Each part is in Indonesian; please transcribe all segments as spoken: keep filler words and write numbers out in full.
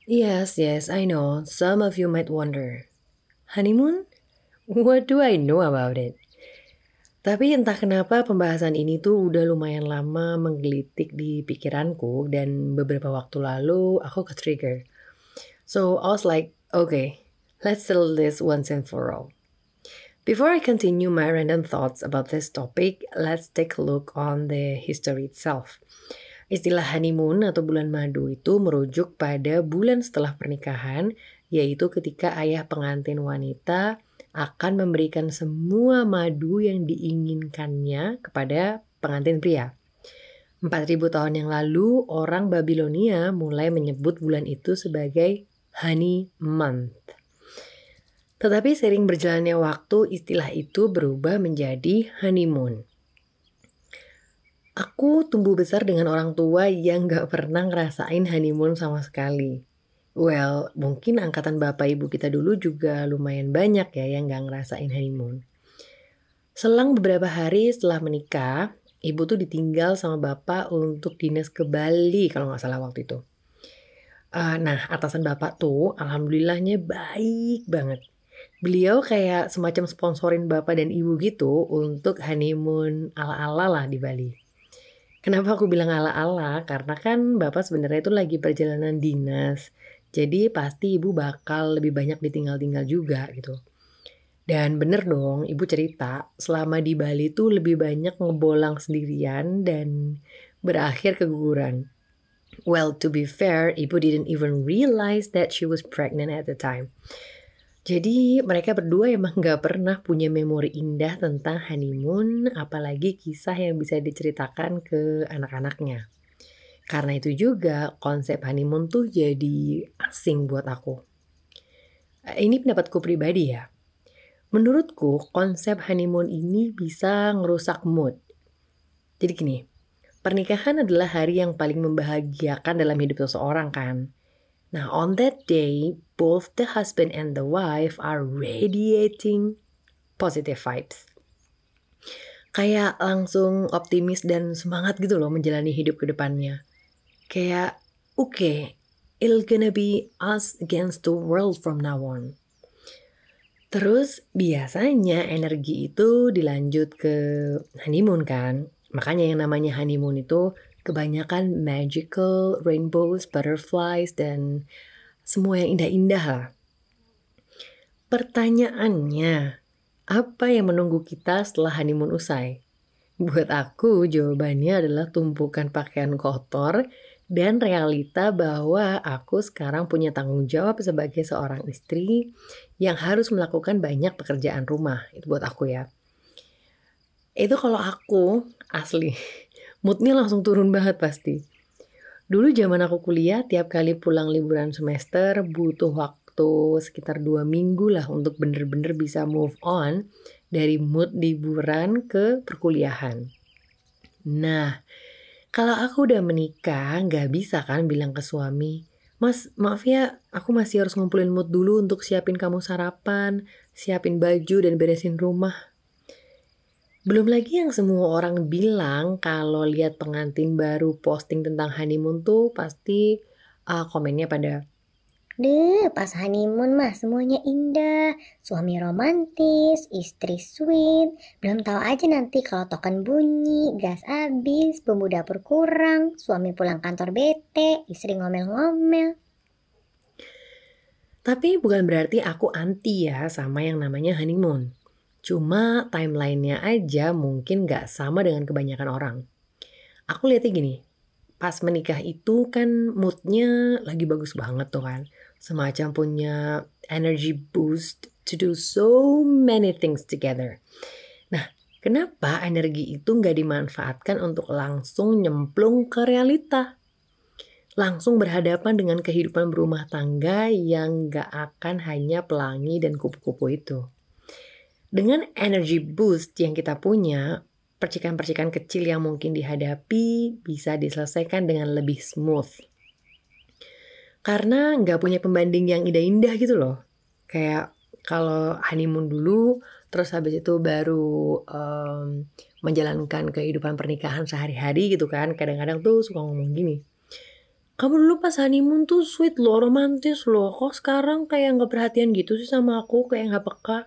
Yes, yes, I know. Some of you might wonder, honeymoon? What do I know about it? Tapi entah kenapa pembahasan ini tuh udah lumayan lama menggelitik di pikiranku dan beberapa waktu lalu aku ke-trigger. So I was like, okay, let's settle this once and for all. Before I continue my random thoughts about this topic, let's take a look on the history itself. Istilah honeymoon atau bulan madu itu merujuk pada bulan setelah pernikahan, yaitu ketika ayah pengantin wanita akan memberikan semua madu yang diinginkannya kepada pengantin pria. empat ribu tahun yang lalu, orang Babilonia mulai menyebut bulan itu sebagai honey month. Tetapi sering berjalannya waktu, istilah itu berubah menjadi honeymoon. Aku tumbuh besar dengan orang tua yang gak pernah ngerasain honeymoon sama sekali. Well, mungkin angkatan bapak ibu kita dulu juga lumayan banyak ya yang gak ngerasain honeymoon. Selang beberapa hari setelah menikah, ibu tuh ditinggal sama bapak untuk dinas ke Bali kalau gak salah waktu itu. Uh, nah, atasan bapak tuh alhamdulillahnya baik banget. Beliau kayak semacam sponsorin bapak dan ibu gitu untuk honeymoon ala-ala lah di Bali. Kenapa aku bilang ala-ala? Karena kan bapak sebenarnya itu lagi perjalanan dinas. Jadi pasti ibu bakal lebih banyak ditinggal-tinggal juga gitu. Dan bener dong, ibu cerita selama di Bali tuh lebih banyak ngebolang sendirian dan berakhir keguguran. Well, to be fair, ibu didn't even realize that she was pregnant at the time. Jadi mereka berdua emang gak pernah punya memori indah tentang honeymoon, apalagi kisah yang bisa diceritakan ke anak-anaknya. Karena itu juga konsep honeymoon tuh jadi asing buat aku. Ini pendapatku pribadi ya. Menurutku konsep honeymoon ini bisa ngerusak mood. Jadi gini, pernikahan adalah hari yang paling membahagiakan dalam hidup seseorang kan. Nah, on that day, both the husband and the wife are radiating positive vibes. Kayak langsung optimis dan semangat gitu loh menjalani hidup ke depannya. Kayak, oke, okay, it's gonna be us against the world from now on. Terus biasanya energi itu dilanjut ke honeymoon kan. Makanya yang namanya honeymoon itu kebanyakan magical, rainbows, butterflies, dan semua yang indah-indah lah. Pertanyaannya, apa yang menunggu kita setelah honeymoon usai? Buat aku, jawabannya adalah tumpukan pakaian kotor dan realita bahwa aku sekarang punya tanggung jawab sebagai seorang istri yang harus melakukan banyak pekerjaan rumah. Itu buat aku ya. Itu kalau aku, asli, moodnya langsung turun banget pasti. Dulu zaman aku kuliah, tiap kali pulang liburan semester butuh waktu sekitar dua minggu lah untuk bener-bener bisa move on dari mood liburan ke perkuliahan. Nah, kalau aku udah menikah, gak bisa kan bilang ke suami, Mas, maaf ya, aku masih harus ngumpulin mood dulu untuk siapin kamu sarapan, siapin baju dan beresin rumah. Belum lagi yang semua orang bilang kalau lihat pengantin baru posting tentang honeymoon tuh pasti uh, komennya pada Deh, pas honeymoon mah semuanya indah. Suami romantis, istri sweet. Belum tahu aja nanti kalau token bunyi, gas habis, bumbu dapur kurang, suami pulang kantor bete, istri ngomel-ngomel. Tapi bukan berarti aku anti ya sama yang namanya honeymoon. Cuma timelinenya aja mungkin gak sama dengan kebanyakan orang. Aku lihatnya gini, pas menikah itu kan moodnya lagi bagus banget tuh kan. Semacam punya energy boost to do so many things together. Nah, kenapa energi itu gak dimanfaatkan untuk langsung nyemplung ke realita? Langsung berhadapan dengan kehidupan berumah tangga yang gak akan hanya pelangi dan kupu-kupu itu. Dengan energy boost yang kita punya, percikan-percikan kecil yang mungkin dihadapi bisa diselesaikan dengan lebih smooth. Karena nggak punya pembanding yang indah-indah gitu loh. Kayak kalau honeymoon dulu, terus habis itu baru um, menjalankan kehidupan pernikahan sehari-hari gitu kan. Kadang-kadang tuh suka ngomong gini, kamu dulu pas honeymoon tuh sweet loh, romantis loh. Kok sekarang kayak nggak perhatian gitu sih sama aku, kayak nggak peka.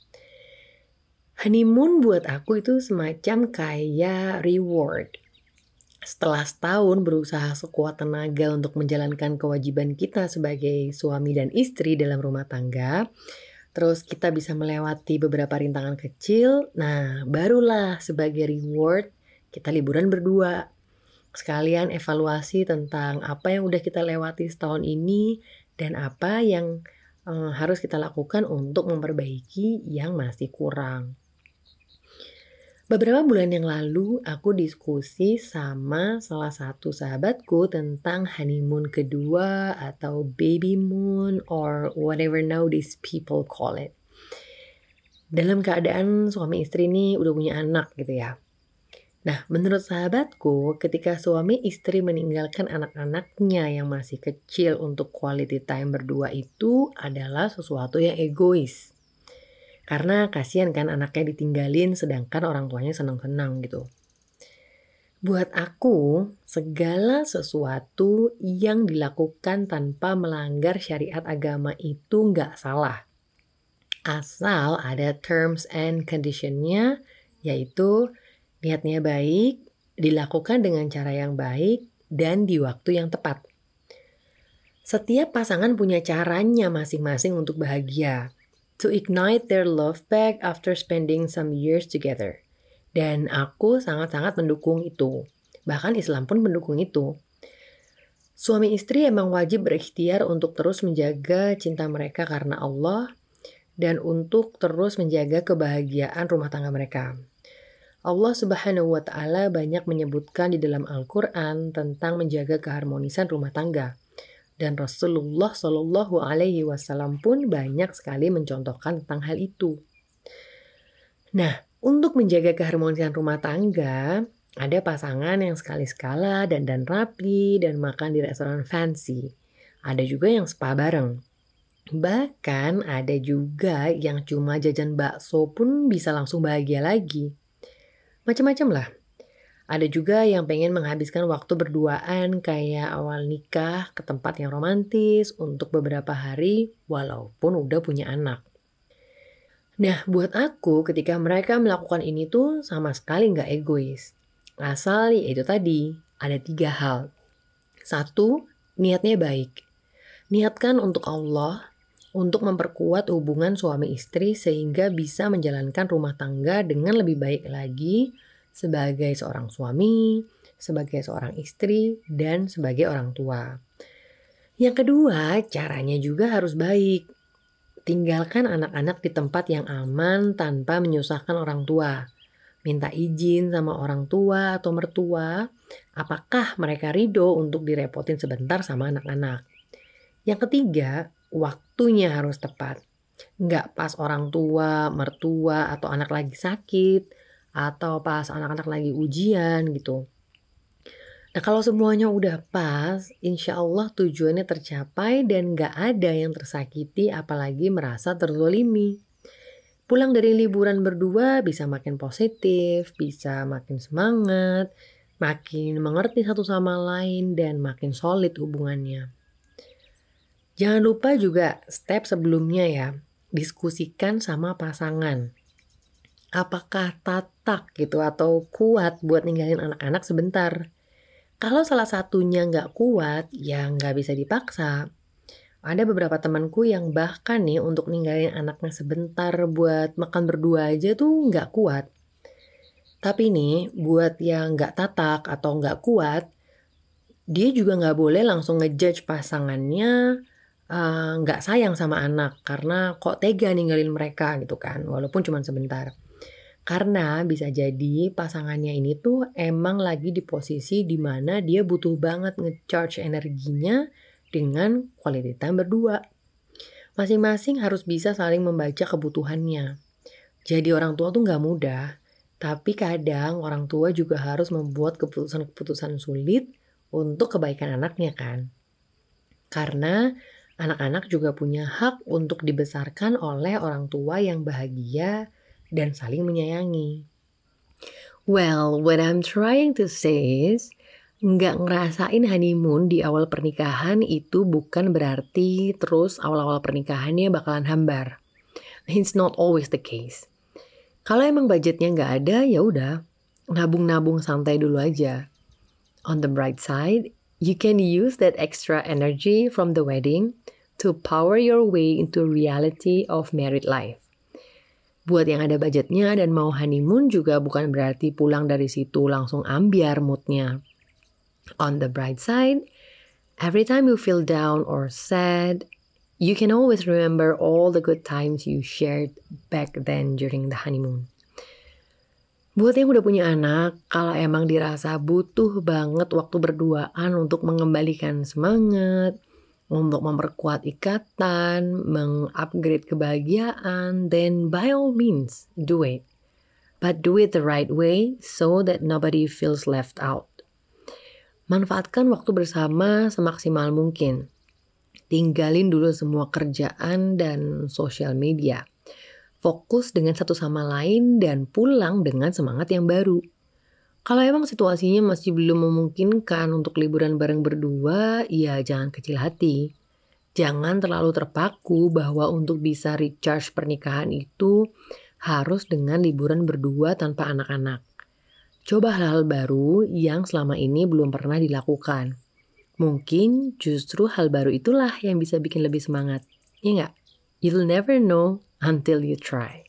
Honeymoon buat aku itu semacam kayak reward. Setelah setahun berusaha sekuat tenaga untuk menjalankan kewajiban kita sebagai suami dan istri dalam rumah tangga, terus kita bisa melewati beberapa rintangan kecil, nah barulah sebagai reward kita liburan berdua. Sekalian evaluasi tentang apa yang udah kita lewati setahun ini dan apa yang eh, harus kita lakukan untuk memperbaiki yang masih kurang. Beberapa bulan yang lalu aku diskusi sama salah satu sahabatku tentang honeymoon kedua atau baby moon or whatever now these people call it. Dalam keadaan suami istri ini udah punya anak gitu ya. Nah, menurut sahabatku, ketika suami istri meninggalkan anak-anaknya yang masih kecil untuk quality time berdua itu adalah sesuatu yang egois. Karena kasihan kan anaknya ditinggalin sedangkan orang tuanya senang-senang gitu. Buat aku, segala sesuatu yang dilakukan tanpa melanggar syariat agama itu nggak salah. Asal ada terms and condition-nya, yaitu niatnya baik, dilakukan dengan cara yang baik, dan di waktu yang tepat. Setiap pasangan punya caranya masing-masing untuk bahagia. To ignite their love back after spending some years together. Dan aku sangat-sangat mendukung itu. Bahkan Islam pun mendukung itu. Suami istri emang wajib berikhtiar untuk terus menjaga cinta mereka karena Allah dan untuk terus menjaga kebahagiaan rumah tangga mereka. Allah Subhanahu wa Ta'ala banyak menyebutkan di dalam Al-Quran tentang menjaga keharmonisan rumah tangga. Dan Rasulullah Shallallahu Alaihi Wasallam pun banyak sekali mencontohkan tentang hal itu. Nah, untuk menjaga keharmonisan rumah tangga, ada pasangan yang sekali-sekala dandan rapi dan makan di restoran fancy. Ada juga yang spa bareng. Bahkan ada juga yang cuma jajan bakso pun bisa langsung bahagia lagi. Macam-macam lah. Ada juga yang pengen menghabiskan waktu berduaan kayak awal nikah ke tempat yang romantis untuk beberapa hari walaupun udah punya anak. Nah, buat aku ketika mereka melakukan ini tuh sama sekali nggak egois. Asal ya itu tadi, ada tiga hal. Satu, niatnya baik. Niatkan untuk Allah, untuk memperkuat hubungan suami istri sehingga bisa menjalankan rumah tangga dengan lebih baik lagi sebagai seorang suami, sebagai seorang istri, dan sebagai orang tua. Yang kedua, caranya juga harus baik. Tinggalkan anak-anak di tempat yang aman tanpa menyusahkan orang tua. Minta izin sama orang tua atau mertua, apakah mereka ridho untuk direpotin sebentar sama anak-anak. Yang ketiga, waktunya harus tepat. Nggak pas orang tua, mertua, atau anak lagi sakit, atau pas anak-anak lagi ujian gitu. Nah kalau semuanya udah pas, insya Allah tujuannya tercapai dan gak ada yang tersakiti apalagi merasa terzolimi. Pulang dari liburan berdua bisa makin positif, bisa makin semangat, makin mengerti satu sama lain dan makin solid hubungannya. Jangan lupa juga step sebelumnya ya, diskusikan sama pasangan. Apakah tatak gitu atau kuat buat ninggalin anak-anak sebentar. Kalau salah satunya nggak kuat, ya nggak bisa dipaksa. Ada beberapa temanku yang bahkan nih untuk ninggalin anaknya sebentar buat makan berdua aja tuh nggak kuat. Tapi nih buat yang nggak tatak atau nggak kuat, dia juga nggak boleh langsung ngejudge pasangannya uh, nggak sayang sama anak karena kok tega ninggalin mereka gitu kan, walaupun cuma sebentar. Karena bisa jadi pasangannya ini tuh emang lagi di posisi dimana dia butuh banget nge-charge energinya dengan quality time berdua. Masing-masing harus bisa saling membaca kebutuhannya. Jadi orang tua tuh gak mudah, tapi kadang orang tua juga harus membuat keputusan-keputusan sulit untuk kebaikan anaknya kan. Karena anak-anak juga punya hak untuk dibesarkan oleh orang tua yang bahagia dan saling menyayangi. Well, what I'm trying to say is, Nggak ngerasain honeymoon di awal pernikahan itu bukan berarti terus awal-awal pernikahannya bakalan hambar. It's not always the case. Kalau emang budgetnya nggak ada, ya udah, nabung-nabung santai dulu aja. On the bright side, you can use that extra energy from the wedding to power your way into reality of married life. Buat yang ada budgetnya dan mau honeymoon juga bukan berarti pulang dari situ langsung ambiar moodnya. On the bright side, every time you feel down or sad, you can always remember all the good times you shared back then during the honeymoon. Buat yang udah punya anak, kalau emang dirasa butuh banget waktu berduaan untuk mengembalikan semangat, untuk memperkuat ikatan, mengupgrade kebahagiaan, then by all means, do it. But do it the right way so that nobody feels left out. Manfaatkan waktu bersama semaksimal mungkin. Tinggalin dulu semua kerjaan dan sosial media. Fokus dengan satu sama lain dan pulang dengan semangat yang baru. Kalau emang situasinya masih belum memungkinkan untuk liburan bareng berdua, ya jangan kecil hati. Jangan terlalu terpaku bahwa untuk bisa recharge pernikahan itu harus dengan liburan berdua tanpa anak-anak. Coba hal-hal baru yang selama ini belum pernah dilakukan. Mungkin justru hal baru itulah yang bisa bikin lebih semangat. Ya nggak? You'll never know until you try.